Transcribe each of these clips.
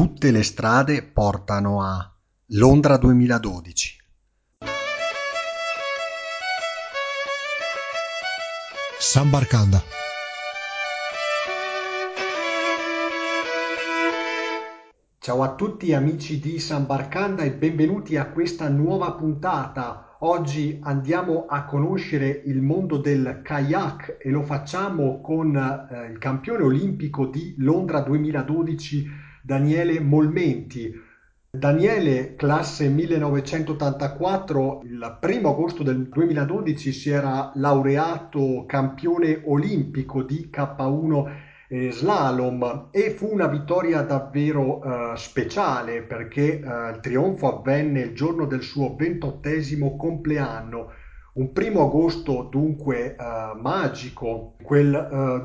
Tutte le strade portano a Londra 2012. Sambarcanda. Ciao a tutti amici di Sambarcanda e benvenuti a questa nuova puntata. Oggi andiamo a conoscere il mondo del kayak e lo facciamo con il campione olimpico di Londra 2012, Daniele Molmenti. Daniele, classe 1984, il 1° agosto del 2012 si era laureato campione olimpico di K1 slalom e fu una vittoria davvero speciale perché il trionfo avvenne il giorno del suo 28° compleanno. Un 1° agosto dunque magico, quel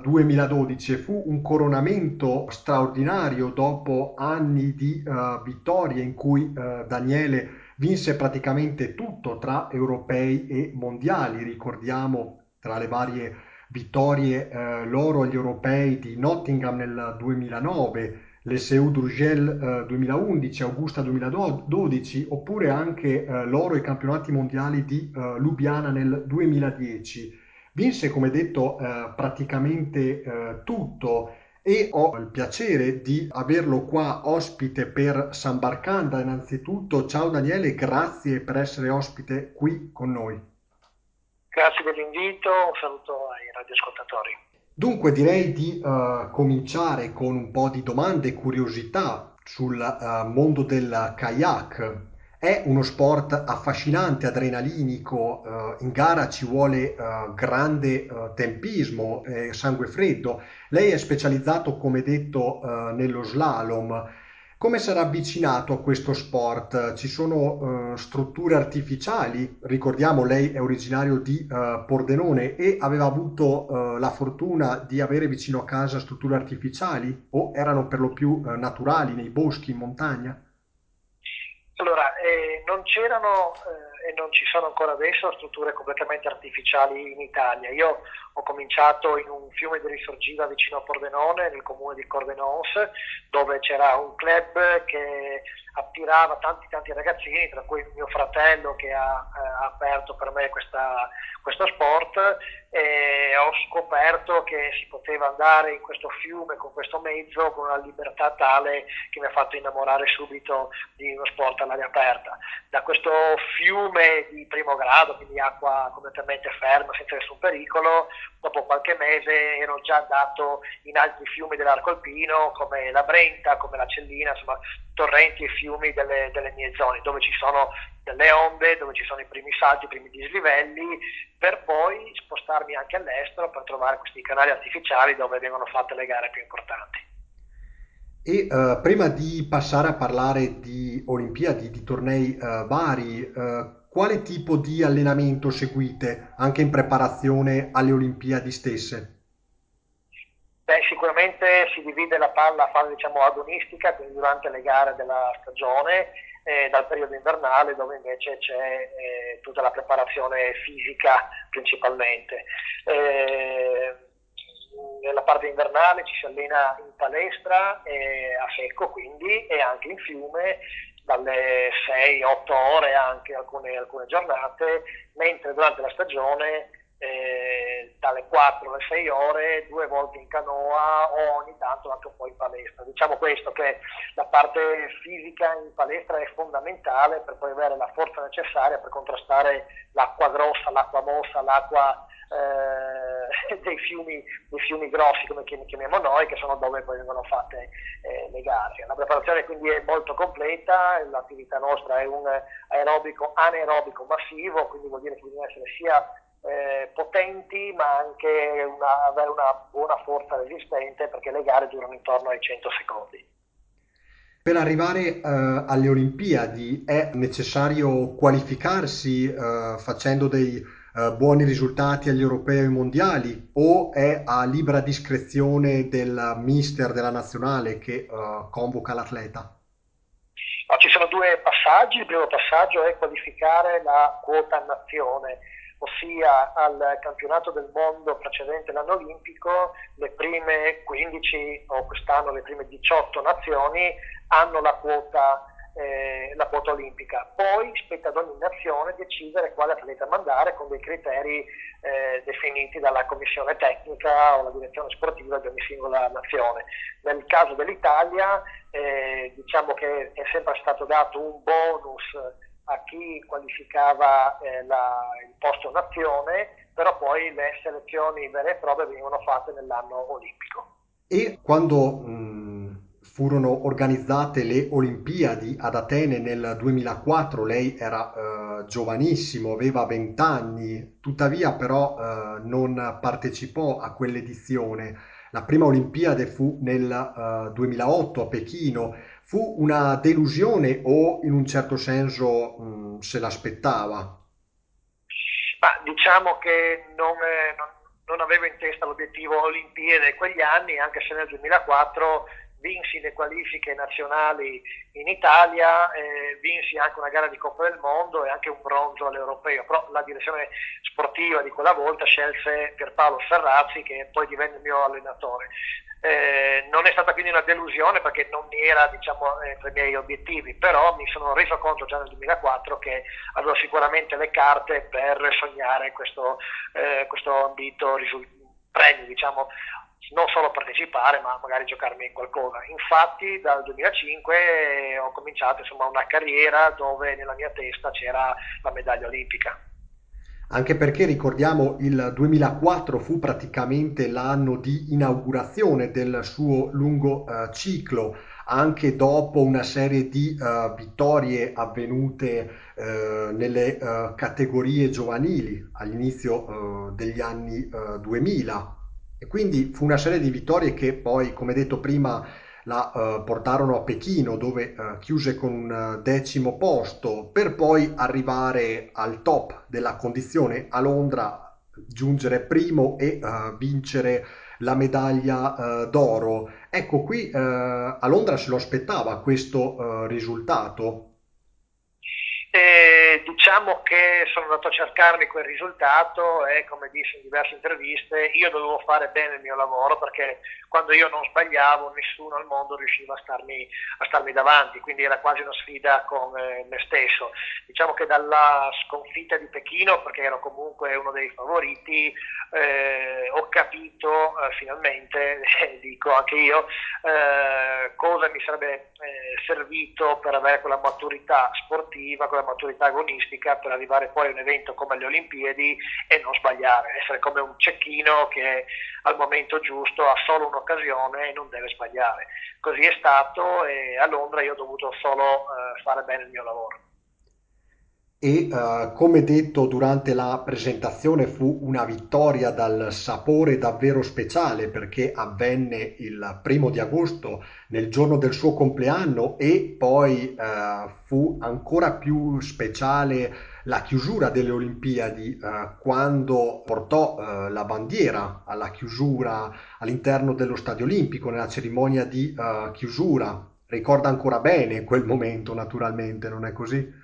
2012 fu un coronamento straordinario dopo anni di vittorie in cui Daniele vinse praticamente tutto tra europei e mondiali. Ricordiamo tra le varie vittorie l'oro agli europei di Nottingham nel 2009, l'SU Drugel 2011, Augusta 2012, oppure anche l'oro ai campionati mondiali di Lubiana nel 2010. Vinse, come detto, praticamente tutto e ho il piacere di averlo qua ospite per Sambarcanda. Innanzitutto, ciao Daniele, grazie per essere ospite qui con noi. Grazie dell'invito, un saluto ai radioascoltatori. Dunque direi di cominciare con un po' di domande e curiosità sul mondo del kayak. È uno sport affascinante, adrenalinico, in gara ci vuole grande tempismo, sangue freddo. Lei è specializzato, come detto, nello slalom. Come sarà avvicinato a questo sport? Ci sono strutture artificiali? Ricordiamo, lei è originario di Pordenone e aveva avuto la fortuna di avere vicino a casa strutture artificiali o erano per lo più naturali nei boschi, in montagna? Allora, non c'erano e non ci sono ancora adesso strutture completamente artificiali in Italia. Io ho cominciato in un fiume di risorgiva vicino a Pordenone, nel comune di Cordenons, dove c'era un club che attirava tanti ragazzini, tra cui mio fratello che ha aperto per me questo sport, e ho scoperto che si poteva andare in questo fiume con questo mezzo con una libertà tale che mi ha fatto innamorare subito di uno sport all'aria aperta. Da questo fiume di primo grado, quindi acqua completamente ferma, senza nessun pericolo, dopo qualche mese ero già andato in altri fiumi dell'arco alpino come la Brenta, come la Cellina, insomma torrenti e fiumi delle mie zone, dove ci sono delle onde, dove ci sono i primi salti, i primi dislivelli, per poi spostarmi anche all'estero per trovare questi canali artificiali dove vengono fatte le gare più importanti. E prima di passare a parlare di Olimpiadi, di tornei vari, quale tipo di allenamento seguite anche in preparazione alle Olimpiadi stesse? Beh, sicuramente si divide la fase diciamo agonistica, quindi durante le gare della stagione, dal periodo invernale dove invece c'è tutta la preparazione fisica principalmente. Eh, Nella parte invernale ci si allena in palestra a secco quindi e anche in fiume dalle 6-8 ore anche alcune giornate, mentre durante la stagione dalle 4 alle 6 ore, 2 volte in canoa o ogni tanto anche un po' in palestra. Diciamo questo, che la parte fisica in palestra è fondamentale per poi avere la forza necessaria per contrastare l'acqua grossa, l'acqua mossa, l'acqua dei fiumi grossi come chiamiamo noi, che sono dove poi vengono fatte le gare. La preparazione quindi è molto completa, l'attività nostra è un aerobico anaerobico massivo, quindi vuol dire che bisogna essere sia potenti ma anche avere una buona forza resistente, perché le gare durano intorno ai 100 secondi. Per arrivare alle Olimpiadi è necessario qualificarsi facendo dei buoni risultati agli europei e ai mondiali o è a libera discrezione del mister della nazionale che convoca l'atleta? No, ci sono due passaggi. Il primo passaggio è qualificare la quota nazione, ossia al campionato del mondo precedente l'anno olimpico le prime 15 o quest'anno le prime 18 nazioni hanno la quota olimpica. Poi spetta ad ogni nazione decidere quale atleta mandare con dei criteri definiti dalla commissione tecnica o la direzione sportiva di ogni singola nazione. Nel caso dell'Italia diciamo che è sempre stato dato un bonus a chi qualificava il posto nazione, però poi le selezioni vere e proprie venivano fatte nell'anno olimpico. E quando furono organizzate le Olimpiadi ad Atene nel 2004, lei era giovanissimo, aveva 20 anni, tuttavia però non partecipò a quell'edizione. La prima Olimpiade fu nel 2008 a Pechino. Fu una delusione o in un certo senso se l'aspettava? Ma diciamo che non avevo in testa l'obiettivo Olimpiade quegli anni, anche se nel 2004 vinsi le qualifiche nazionali in Italia, vinsi anche una gara di Coppa del Mondo e anche un bronzo all'Europeo, però la direzione sportiva di quella volta scelse Pierpaolo Ferrazzi, che poi divenne il mio allenatore. Non è stata quindi una delusione perché non era diciamo, tra i miei obiettivi, però mi sono reso conto già nel 2004 che avevo sicuramente le carte per sognare questo ambito premio, diciamo, non solo partecipare, ma magari giocarmi in qualcosa. Infatti dal 2005 ho cominciato insomma, una carriera dove nella mia testa c'era la medaglia olimpica. Anche perché ricordiamo il 2004 fu praticamente l'anno di inaugurazione del suo lungo ciclo, anche dopo una serie di vittorie avvenute nelle categorie giovanili all'inizio degli anni 2000. E quindi fu una serie di vittorie che poi, come detto prima, la portarono a Pechino dove chiuse con un decimo posto per poi arrivare al top della condizione a Londra, giungere primo e vincere la medaglia d'oro. Ecco, qui a Londra se lo aspettava questo risultato. Diciamo che sono andato a cercarmi quel risultato e come dissi in diverse interviste io dovevo fare bene il mio lavoro perché quando io non sbagliavo nessuno al mondo riusciva a starmi davanti, quindi era quasi una sfida con me stesso. Diciamo che dalla sconfitta di Pechino, perché ero comunque uno dei favoriti, ho capito finalmente, dico anche io, cosa mi sarebbe servito per avere quella maturità sportiva, quella maturità agonistica per arrivare poi a un evento come le Olimpiadi e non sbagliare, essere come un cecchino che al momento giusto ha solo un'occasione e non deve sbagliare. Così è stato e a Londra io ho dovuto solo fare bene il mio lavoro. E come detto durante la presentazione fu una vittoria dal sapore davvero speciale perché avvenne il 1° di agosto nel giorno del suo compleanno e poi fu ancora più speciale la chiusura delle Olimpiadi quando portò la bandiera alla chiusura all'interno dello Stadio Olimpico nella cerimonia di chiusura. Ricorda ancora bene quel momento naturalmente, non è così?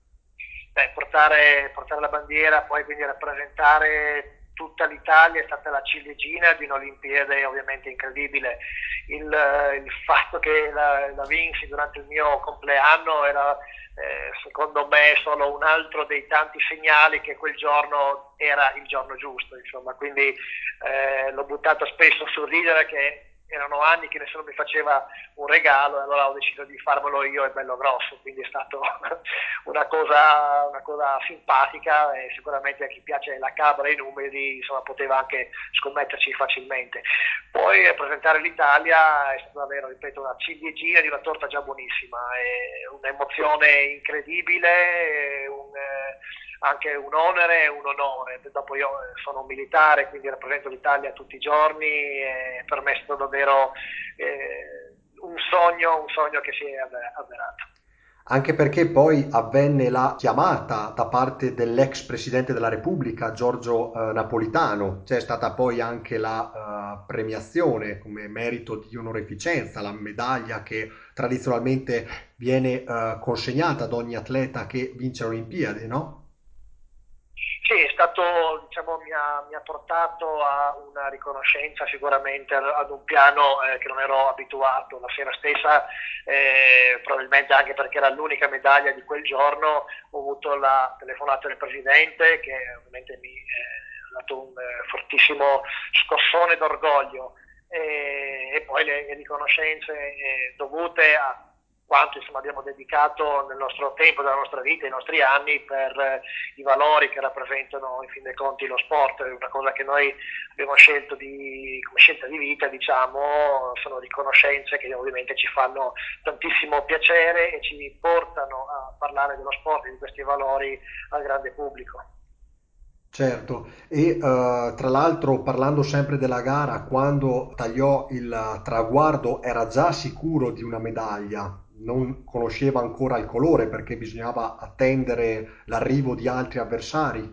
Portare la bandiera, poi quindi rappresentare tutta l'Italia è stata la ciliegina di un'Olimpiade ovviamente incredibile. Il fatto che la vinsi durante il mio compleanno era secondo me solo un altro dei tanti segnali che quel giorno era il giorno giusto, insomma, quindi l'ho buttato spesso sul ridere che erano anni che nessuno mi faceva un regalo e allora ho deciso di farmelo io e bello grosso, quindi è stato una cosa simpatica e sicuramente a chi piace la cabra e i numeri insomma, poteva anche scommetterci facilmente. Poi rappresentare l'Italia è stata davvero, ripeto, una ciliegina di una torta già buonissima, è un'emozione incredibile, anche un onere e un onore. Dopo io sono un militare, quindi rappresento l'Italia tutti i giorni e per me è stato davvero un sogno che si è avverato. Anche perché poi avvenne la chiamata da parte dell'ex presidente della Repubblica, Giorgio Napolitano. C'è stata poi anche la premiazione come merito di onorificenza, la medaglia che tradizionalmente viene consegnata ad ogni atleta che vince le Olimpiadi, no? Sì, stato, diciamo, mi ha portato a una riconoscenza sicuramente ad un piano che non ero abituato. La sera stessa, probabilmente anche perché era l'unica medaglia di quel giorno, ho avuto la telefonata del presidente che ovviamente mi ha dato un fortissimo scossone d'orgoglio e poi le riconoscenze dovute a quanto insomma, abbiamo dedicato nel nostro tempo, della nostra vita, i nostri anni per i valori che rappresentano in fin dei conti lo sport. È una cosa che noi abbiamo scelto come scelta di vita, diciamo, sono riconoscenze che ovviamente ci fanno tantissimo piacere e ci portano a parlare dello sport e di questi valori al grande pubblico. Certo, e tra l'altro parlando sempre della gara, quando tagliò il traguardo era già sicuro di una medaglia, non conosceva ancora il colore perché bisognava attendere l'arrivo di altri avversari.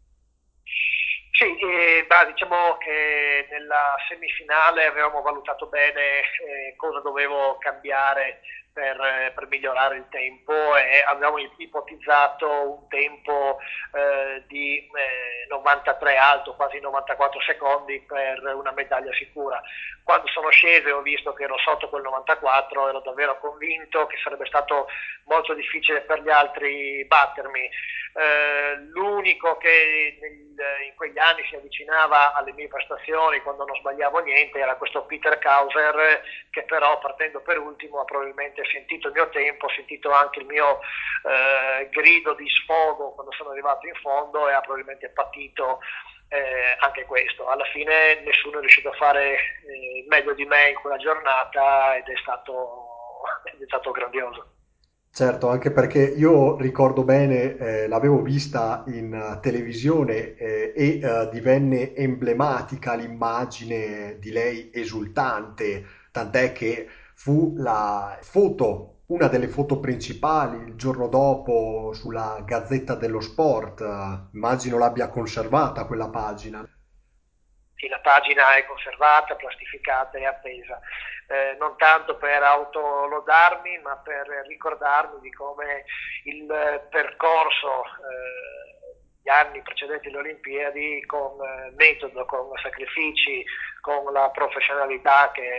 Sì, diciamo che nella semifinale avevamo valutato bene cosa dovevo cambiare per migliorare il tempo e avevamo ipotizzato un tempo di 93 alto, quasi 94 secondi per una medaglia sicura. Quando sono sceso e ho visto che ero sotto quel 94 ero davvero convinto che sarebbe stato molto difficile per gli altri battermi. L'unico che in quegli anni si avvicinava alle mie prestazioni quando non sbagliavo niente era questo Peter Kauser che però partendo per ultimo ha probabilmente sentito il mio tempo, ha sentito anche il mio grido di sfogo quando sono arrivato in fondo e ha probabilmente patito anche questo. Alla fine nessuno è riuscito a fare meglio di me in quella giornata ed è stato grandioso. Certo, anche perché io ricordo bene, l'avevo vista in televisione e divenne emblematica l'immagine di lei esultante, tant'è che fu la foto, una delle foto principali il giorno dopo sulla Gazzetta dello Sport. Immagino l'abbia conservata quella pagina. Sì, la pagina è conservata, plastificata e appesa, non tanto per autolodarmi, ma per ricordarmi di come il percorso gli anni precedenti alle Olimpiadi con metodo, con sacrifici, con la professionalità che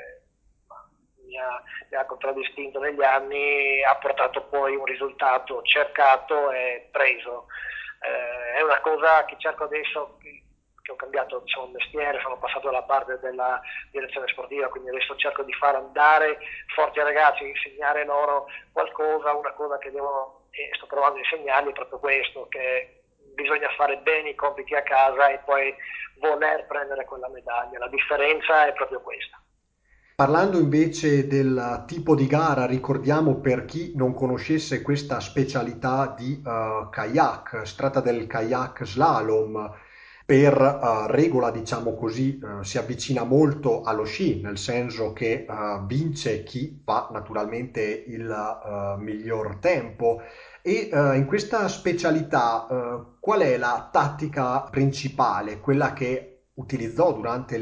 mi ha contraddistinto negli anni, ha portato poi un risultato cercato e preso. È una cosa che cerco adesso, che ho cambiato diciamo, mestiere, sono passato dalla parte della direzione sportiva, quindi adesso cerco di far andare forti ai ragazzi, insegnare loro qualcosa, una cosa che devo e sto provando a insegnargli è proprio questo, che bisogna fare bene i compiti a casa e poi voler prendere quella medaglia. La differenza è proprio questa. Parlando invece del tipo di gara, ricordiamo per chi non conoscesse questa specialità di kayak, si tratta del kayak slalom, per regola diciamo così, si avvicina molto allo sci, nel senso che vince chi fa naturalmente il miglior tempo. E in questa specialità, qual è la tattica principale, quella che utilizzò durante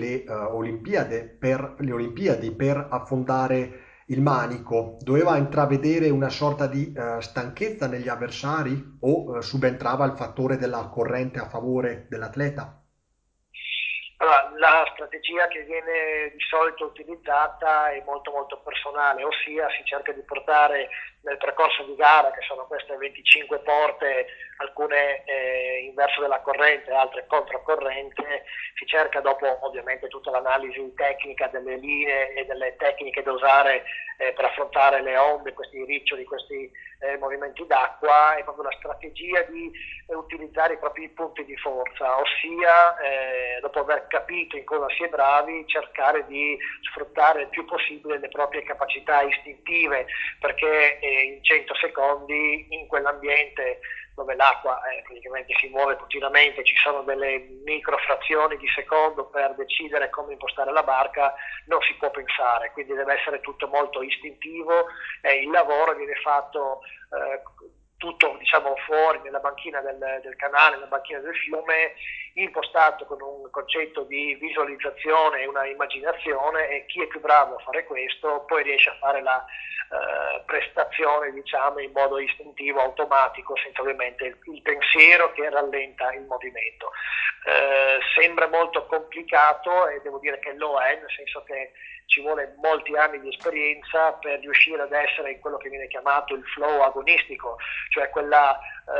le Olimpiadi per affondare il manico? Doveva intravedere una sorta di stanchezza negli avversari o subentrava il fattore della corrente a favore dell'atleta? Allora, la strategia che viene di solito utilizzata è molto molto personale, ossia si cerca di portare nel percorso di gara, che sono queste 25 porte, alcune in verso della corrente, altre controcorrente, si cerca dopo ovviamente tutta l'analisi tecnica delle linee e delle tecniche da usare per affrontare le onde, questi riccioli, questi movimenti d'acqua, è proprio la strategia di utilizzare i propri punti di forza, ossia dopo aver capito in cosa si è bravi, cercare di sfruttare il più possibile le proprie capacità istintive, perché in 100 secondi in quell'ambiente dove l'acqua praticamente si muove continuamente, ci sono delle microfrazioni di secondo per decidere come impostare la barca, non si può pensare, quindi deve essere tutto molto istintivo e il lavoro viene fatto tutto diciamo fuori nella banchina del canale, nella banchina del fiume impostato con un concetto di visualizzazione e una immaginazione, e chi è più bravo a fare questo poi riesce a fare la prestazione, diciamo, in modo istintivo, automatico, senza ovviamente il pensiero che rallenta il movimento. Sembra molto complicato, e devo dire che lo è, nel senso che ci vuole molti anni di esperienza per riuscire ad essere in quello che viene chiamato il flow agonistico, cioè quella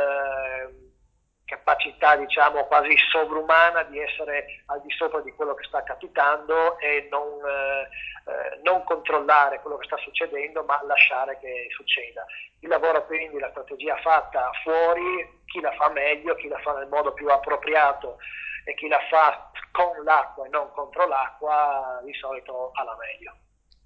capacità, diciamo, quasi sovrumana di essere al di sopra di quello che sta capitando e non controllare quello che sta succedendo, ma lasciare che succeda. Il lavoro, quindi, la strategia fatta fuori, chi la fa meglio, chi la fa nel modo più appropriato e chi la fa con l'acqua e non contro l'acqua, di solito ha la meglio.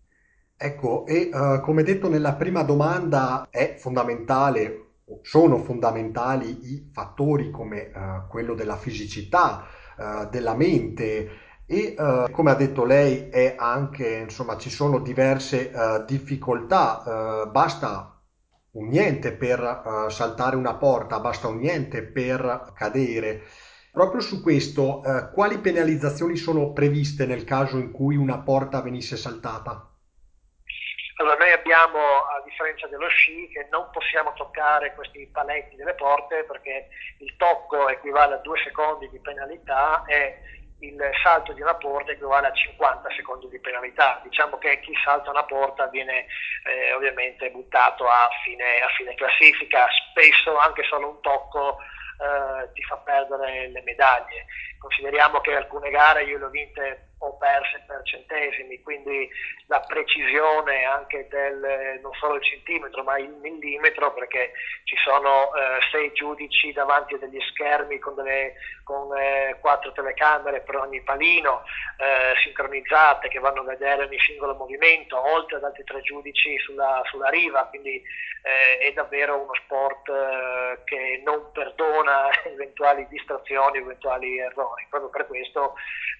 Ecco, e come detto nella prima domanda, è fondamentale, sono fondamentali i fattori come quello della fisicità, della mente e come ha detto lei, è anche, insomma, ci sono diverse difficoltà, basta un niente per saltare una porta, basta un niente per cadere. Proprio su questo, quali penalizzazioni sono previste nel caso in cui una porta venisse saltata? Allora, noi abbiamo, a differenza dello sci, che non possiamo toccare questi paletti delle porte, perché il tocco equivale a 2 secondi di penalità e il salto di una porta equivale a 50 secondi di penalità. Diciamo che chi salta una porta viene ovviamente buttato a fine classifica, spesso anche solo un tocco ti fa perdere le medaglie. Consideriamo che alcune gare io le ho vinte o perse per centesimi, quindi la precisione anche del non solo il centimetro ma il millimetro, perché ci sono 6 giudici davanti a degli schermi con 4 telecamere per ogni palino sincronizzate, che vanno a vedere ogni singolo movimento, oltre ad altri 3 giudici sulla riva, quindi è davvero uno sport che non perdona eventuali distrazioni, eventuali errori. Proprio per questo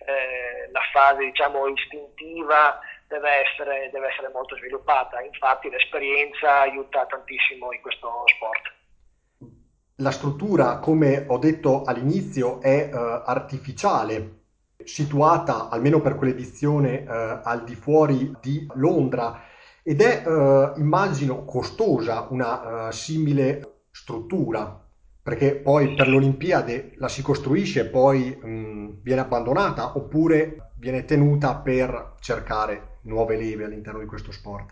la fase, diciamo, istintiva deve essere molto sviluppata. Infatti l'esperienza aiuta tantissimo in questo sport. La struttura, come ho detto all'inizio, è artificiale, situata, almeno per quell'edizione, al di fuori di Londra ed è, immagino, costosa una simile struttura, perché poi per le Olimpiadi la si costruisce e poi viene abbandonata oppure viene tenuta per cercare nuove leve all'interno di questo sport.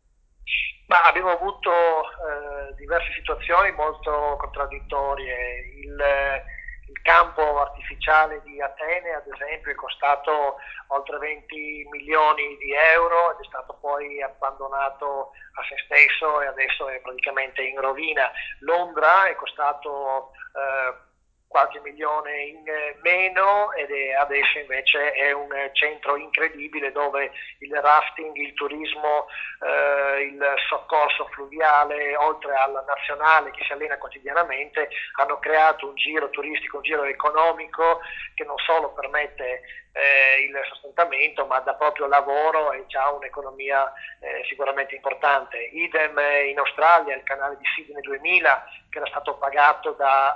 Ma abbiamo avuto diverse situazioni molto contraddittorie. Il campo artificiale di Atene, ad esempio, è costato oltre 20 milioni di euro ed è stato poi abbandonato a se stesso e adesso è praticamente in rovina. Londra è costato qualche milione in meno ed adesso invece è un centro incredibile dove il rafting, il turismo, il soccorso fluviale, oltre alla nazionale che si allena quotidianamente, hanno creato un giro turistico, un giro economico che non solo permette il sostentamento, ma dà proprio lavoro e già un'economia sicuramente importante. Idem in Australia, il canale di Sydney 2000, che era stato pagato da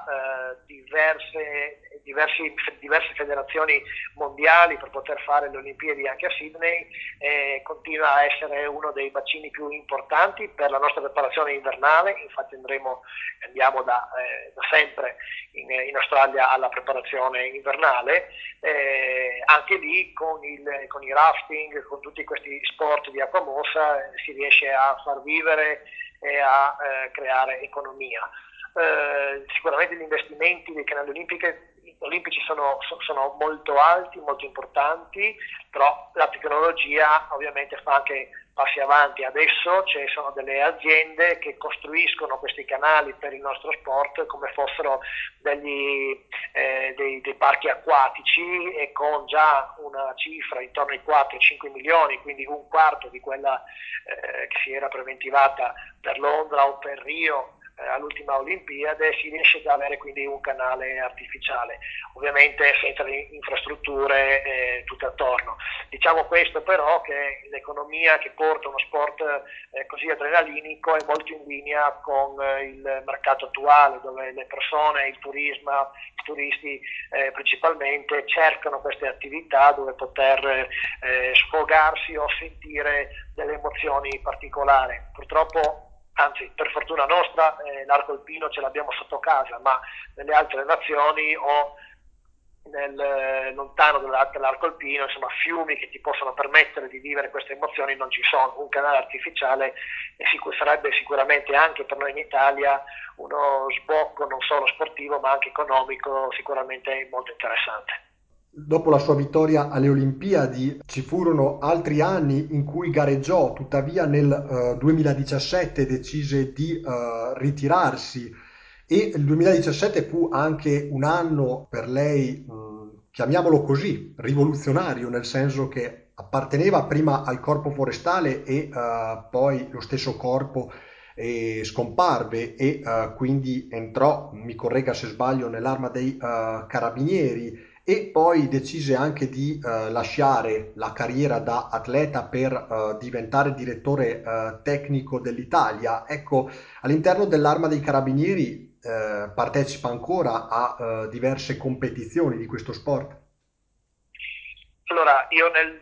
diverse federazioni mondiali per poter fare le Olimpiadi anche a Sydney, continua a essere uno dei bacini più importanti per la nostra preparazione invernale. Infatti andiamo da sempre in Australia alla preparazione invernale, anche lì con i rafting, con tutti questi sport di acqua mossa si riesce a far vivere e a creare economia. Sicuramente gli investimenti dei canali olimpici sono molto alti, molto importanti, però la tecnologia ovviamente fa anche passi avanti. Adesso ci sono delle aziende che costruiscono questi canali per il nostro sport come fossero dei parchi acquatici, e con già una cifra intorno ai 4-5 milioni, quindi un quarto di quella che si era preventivata per Londra o per Rio, all'ultima Olimpiade, si riesce ad avere quindi un canale artificiale, ovviamente senza le infrastrutture tutte attorno. Diciamo questo però che l'economia che porta uno sport così adrenalinico è molto in linea con il mercato attuale, dove le persone, il turismo, i turisti principalmente cercano queste attività dove poter sfogarsi o sentire delle emozioni particolari. Purtroppo, anzi per fortuna nostra, l'arco alpino ce l'abbiamo sotto casa, ma nelle altre nazioni o lontano dall'arco alpino, insomma, fiumi che ti possono permettere di vivere queste emozioni non ci sono. Un canale artificiale sarebbe sicuramente anche per noi in Italia uno sbocco non solo sportivo ma anche economico sicuramente molto interessante. Dopo la sua vittoria alle Olimpiadi ci furono altri anni in cui gareggiò, tuttavia nel 2017 decise di ritirarsi e il 2017 fu anche un anno per lei, chiamiamolo così, rivoluzionario, nel senso che apparteneva prima al corpo forestale e poi lo stesso corpo scomparve e quindi entrò, mi corregga se sbaglio, nell'arma dei carabinieri e poi decise anche di lasciare la carriera da atleta per diventare direttore tecnico dell'Italia. Ecco, all'interno dell'Arma dei Carabinieri partecipa ancora a diverse competizioni di questo sport. Allora, io nel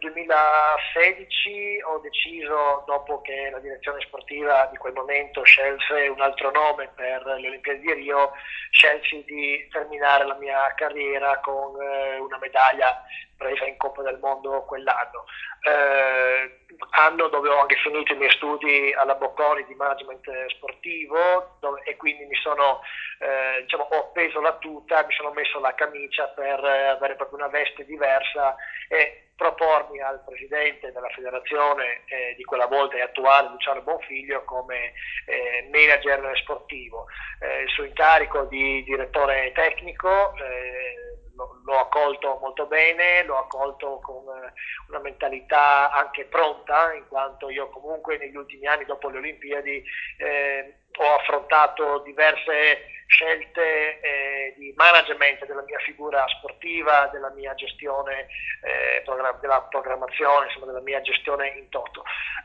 2016 ho deciso, dopo che la direzione sportiva di quel momento scelse un altro nome per le Olimpiadi di Rio, scelsi di terminare la mia carriera con una medaglia presa in Coppa del Mondo quell'anno. Anno dove ho anche finito i miei studi alla Bocconi di management sportivo e quindi diciamo, ho appeso la tuta, mi sono messo la camicia per avere proprio una veste diversa e propormi al presidente della federazione di quella volta e attuale Luciano Bonfiglio come manager sportivo. Il suo incarico di direttore tecnico l'ho accolto molto bene, l'ho accolto con una mentalità anche pronta, in quanto io comunque negli ultimi anni dopo le Olimpiadi ho affrontato diverse scelte di management della mia figura sportiva, della mia gestione della programmazione, insomma della mia gestione in toto.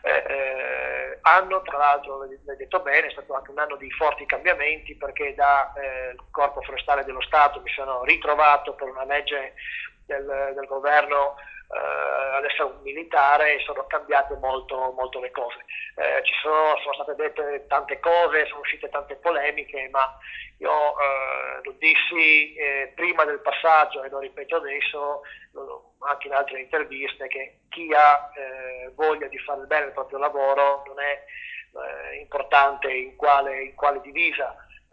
Anno, tra l'altro, l'hai detto bene, è stato anche un anno di forti cambiamenti perché da Corpo Forestale dello Stato mi sono ritrovato per una legge del governo ad essere un militare e sono cambiate molto, molto le cose. Sono state dette tante cose, sono uscite tante polemiche, ma io lo dissi prima del passaggio e lo ripeto adesso, anche in altre interviste, che chi ha voglia di fare bene il proprio lavoro non è importante in quale divisa.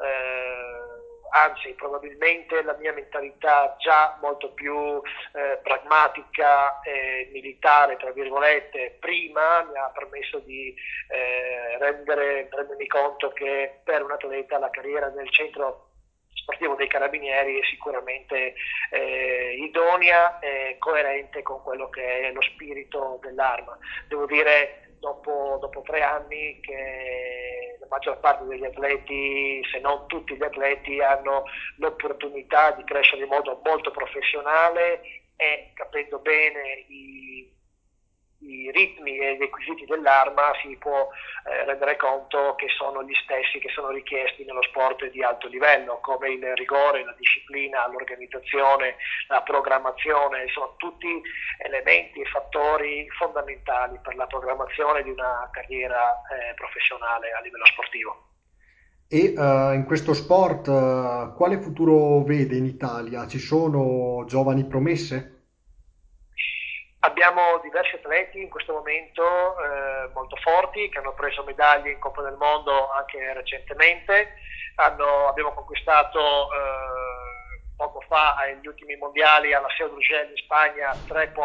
Anzi, probabilmente la mia mentalità già molto più pragmatica e militare, tra virgolette, prima mi ha permesso di rendermi conto che per un atleta la carriera nel centro sportivo dei Carabinieri è sicuramente idonea e coerente con quello che è lo spirito dell'Arma. Devo dire dopo 3 anni che la maggior parte degli atleti, se non tutti gli atleti, hanno l'opportunità di crescere in modo molto professionale e capendo bene i ritmi e i requisiti dell'Arma si può rendere conto che sono gli stessi che sono richiesti nello sport di alto livello, come il rigore, la disciplina, l'organizzazione, la programmazione, sono tutti elementi e fattori fondamentali per la programmazione di una carriera professionale a livello sportivo. E in questo sport quale futuro vede in Italia? Ci sono giovani promesse? Abbiamo diversi atleti in questo momento molto forti che hanno preso medaglie in Coppa del Mondo anche recentemente. Abbiamo conquistato poco fa agli ultimi mondiali alla Seu d'Urgell in Spagna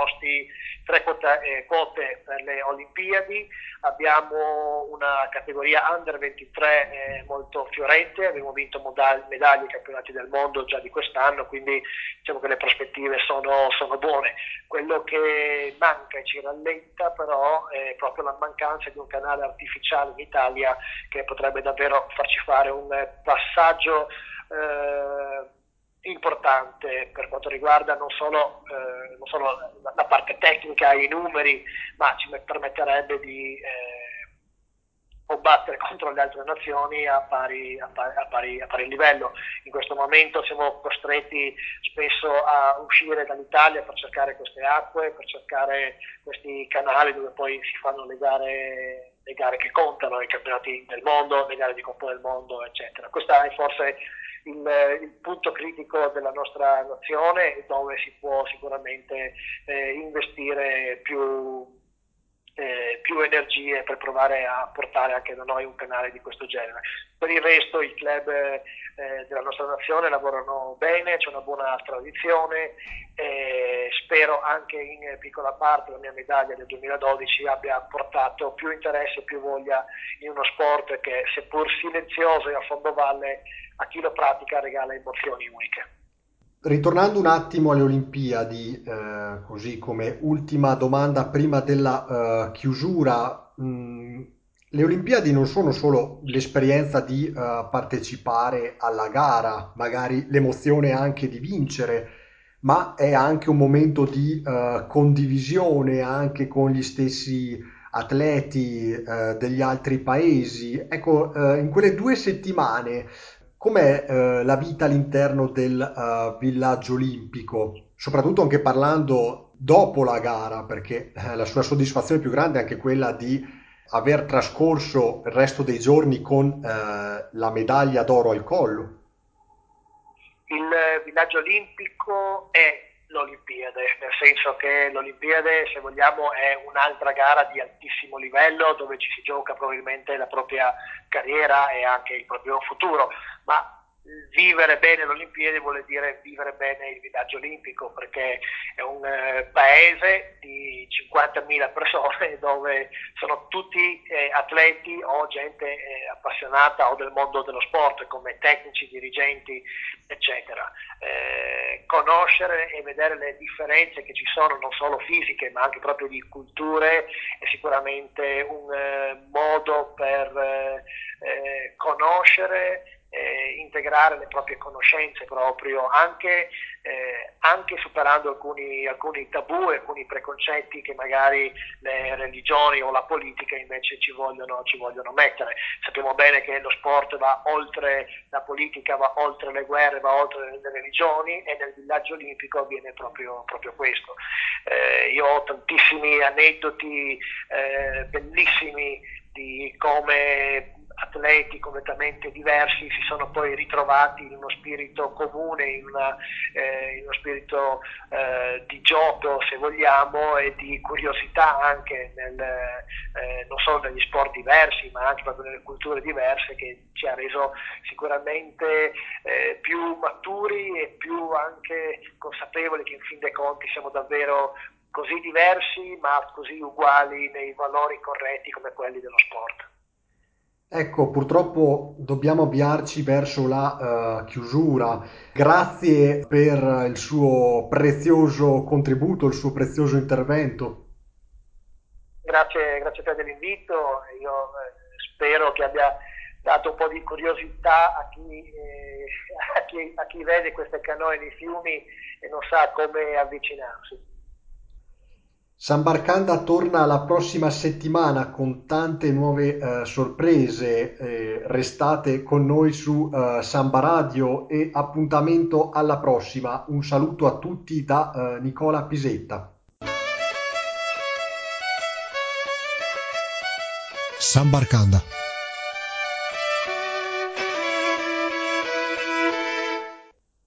quote per le Olimpiadi. Abbiamo una categoria under 23 molto fiorente, abbiamo vinto medaglie ai campionati del mondo già di quest'anno, quindi diciamo che le prospettive sono buone. Quello che manca e ci rallenta però è proprio la mancanza di un canale artificiale in Italia che potrebbe davvero farci fare un passaggio importante per quanto riguarda non solo la parte tecnica, i numeri, ma ci permetterebbe di combattere contro le altre nazioni a pari livello. In questo momento siamo costretti spesso a uscire dall'Italia per cercare queste acque, per cercare questi canali dove poi si fanno le gare che contano, i campionati del mondo, le gare di Coppa del Mondo, eccetera. Questo è forse il punto critico della nostra nazione, dove si può sicuramente investire più energie per provare a portare anche da noi un canale di questo genere. Per il resto i club della nostra nazione lavorano bene, c'è una buona tradizione, spero anche in piccola parte la mia medaglia del 2012 abbia portato più interesse e più voglia in uno sport che, seppur silenzioso e a fondo valle, a chi lo pratica regala emozioni uniche. Ritornando un attimo alle Olimpiadi, così come ultima domanda prima della chiusura, le Olimpiadi non sono solo l'esperienza di partecipare alla gara, magari l'emozione anche di vincere, ma è anche un momento di condivisione anche con gli stessi atleti degli altri paesi. Ecco, in quelle 2 settimane com'è la vita all'interno del villaggio olimpico, soprattutto anche parlando dopo la gara, perché la sua soddisfazione più grande è anche quella di aver trascorso il resto dei giorni con la medaglia d'oro al collo. Il villaggio olimpico è l'Olimpiade, nel senso che l'Olimpiade, se vogliamo, è un'altra gara di altissimo livello dove ci si gioca probabilmente la propria carriera e anche il proprio futuro, ma vivere bene l'Olimpiade vuole dire vivere bene il villaggio olimpico, perché è un paese di 50.000 persone dove sono tutti atleti o gente appassionata o del mondo dello sport, come tecnici, dirigenti, eccetera. Conoscere e vedere le differenze che ci sono, non solo fisiche ma anche proprio di culture, è sicuramente un modo per conoscere, integrare le proprie conoscenze proprio, anche superando alcuni tabù e alcuni preconcetti che magari le religioni o la politica invece ci vogliono mettere. Sappiamo bene che lo sport va oltre la politica, va oltre le guerre, va oltre le religioni, e nel villaggio olimpico avviene proprio questo. Io ho tantissimi aneddoti bellissimi di come atleti completamente diversi si sono poi ritrovati in uno spirito comune, in uno spirito di gioco, se vogliamo, e di curiosità anche non solo negli sport diversi ma anche proprio nelle culture diverse, che ci ha reso sicuramente più maturi e più anche consapevoli che in fin dei conti siamo davvero così diversi ma così uguali nei valori corretti come quelli dello sport. Ecco, purtroppo dobbiamo avviarci verso la chiusura. Grazie per il suo prezioso contributo, il suo prezioso intervento. Grazie a te dell'invito, io spero che abbia dato un po' di curiosità a chi vede queste canoe nei fiumi e non sa come avvicinarsi. San Barcanda torna la prossima settimana con tante nuove sorprese. Restate con noi su Samba Radio e appuntamento alla prossima. Un saluto a tutti da Nicola Pisetta. San Barcanda.